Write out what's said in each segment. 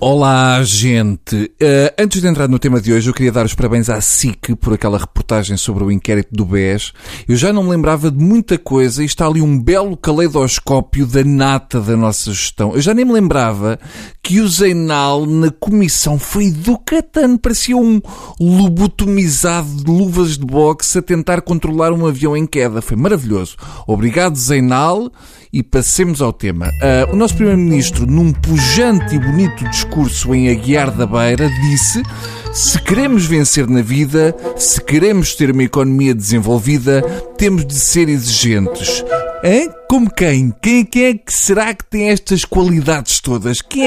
Olá, gente. Antes de entrar no tema de hoje, eu queria dar os parabéns à SIC por aquela reportagem sobre o inquérito do BES. Eu já não me lembrava de muita coisa e está ali um belo caleidoscópio da nata da nossa gestão. Eu já nem me lembrava que o Zeinal na comissão foi do catano. Parecia um lobotomizado de luvas de boxe a tentar controlar um avião em queda. Foi maravilhoso. Obrigado, Zeinal. E passemos ao tema. O nosso Primeiro-Ministro, num pujante e bonito discurso em Aguiar da Beira, disse: se queremos vencer na vida, se queremos ter uma economia desenvolvida, temos de ser exigentes. Como quem? Quem é que será que tem estas qualidades todas? Quem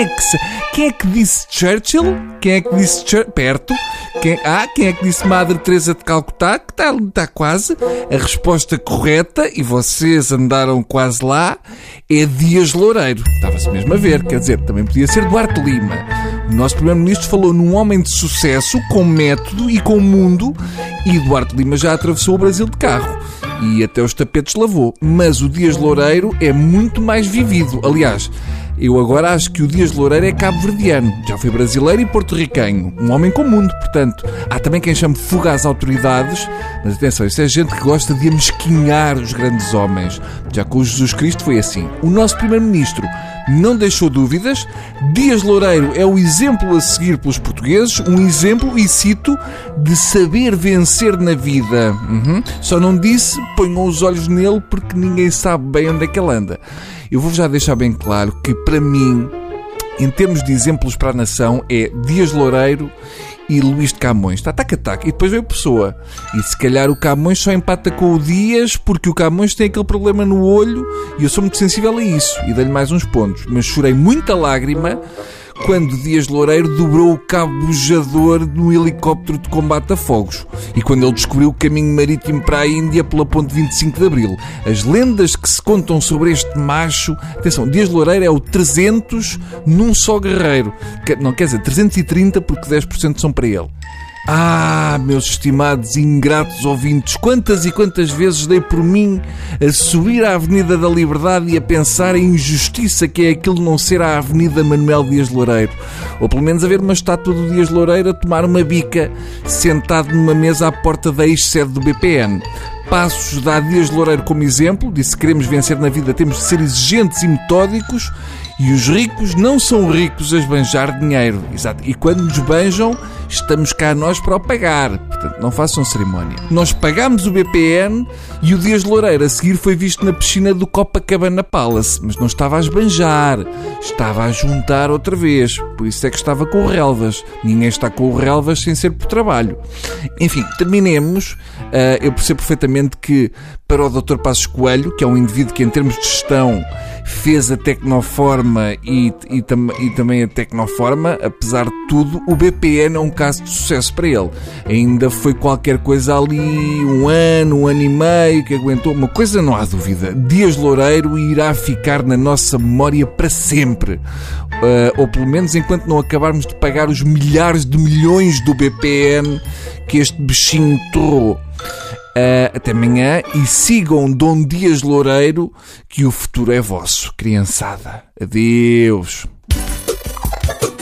é que disse Churchill? Quem é que disse Perto? Quem é que disse Madre Teresa de Calcutá? Que está quase. A resposta correta, e vocês andaram quase lá, é Dias Loureiro. Estava-se mesmo a ver, quer dizer, também podia ser Duarte Lima. O nosso Primeiro-Ministro falou num homem de sucesso, com método e com mundo, e Duarte Lima já atravessou o Brasil de carro. E até os tapetes lavou. Mas o Dias Loureiro é muito mais vivido. Aliás, eu agora acho que o Dias Loureiro é cabo-verdiano. Já foi brasileiro e porto-riquenho. Um homem com mundo, portanto. Há também quem chame fuga às autoridades. Mas atenção, isso é gente que gosta de amesquinhar os grandes homens. Já com o Jesus Cristo foi assim. O nosso Primeiro-Ministro não deixou dúvidas. Dias Loureiro é o exemplo a seguir pelos portugueses. Um exemplo, e cito, de saber vencer na vida. Só não disse, ponham os olhos nele, porque ninguém sabe bem onde é que ele anda. Eu vou já deixar bem claro que, para mim, em termos de exemplos para a nação, é Dias Loureiro e Luís de Camões. Tac-tac. E depois veio Pessoa. E se calhar o Camões só empata com o Dias porque o Camões tem aquele problema no olho e eu sou muito sensível a isso. E dei-lhe mais uns pontos. Mas chorei muita lágrima quando Dias Loureiro dobrou o cabo bujador no helicóptero de combate a fogos. E quando ele descobriu o caminho marítimo para a Índia pela ponte 25 de Abril. As lendas que se contam sobre este macho... Atenção, Dias Loureiro é o 300 num só guerreiro. Não, quer dizer, 330 porque 10% são para ele. Meus estimados e ingratos ouvintes, quantas e quantas vezes dei por mim a subir à Avenida da Liberdade e a pensar em injustiça que é aquilo não ser a Avenida Manuel Dias Loureiro. Ou pelo menos haver uma estátua do Dias Loureiro a tomar uma bica, sentado numa mesa à porta da ex-sede do BPN. Passos dá Dias Loureiro como exemplo, disse: se queremos vencer na vida temos de ser exigentes e metódicos, e os ricos não são ricos a esbanjar dinheiro. Exato. E quando nos banjam, estamos cá nós para o pagar. Portanto, não façam cerimónia. Nós pagámos o BPN e o Dias Loureiro a seguir foi visto na piscina do Copacabana Palace, mas não estava a esbanjar, estava a juntar outra vez. Por isso é que estava com o relvas. Ninguém está com o relvas sem ser por trabalho. Enfim, terminemos. Eu percebo perfeitamente que para o Dr. Passos Coelho, que é um indivíduo que em termos de gestão fez a Tecnoforma e também a Tecnoforma, apesar de tudo, o BPN é um caso de sucesso para ele. Ainda foi qualquer coisa ali, um ano e meio que aguentou. Uma coisa não há dúvida: Dias Loureiro irá ficar na nossa memória para sempre. Ou pelo menos enquanto não acabarmos de pagar os milhares de milhões do BPN que este bichinho torrou. Até amanhã e sigam Dom Dias Loureiro, que o futuro é vosso, criançada. Adeus.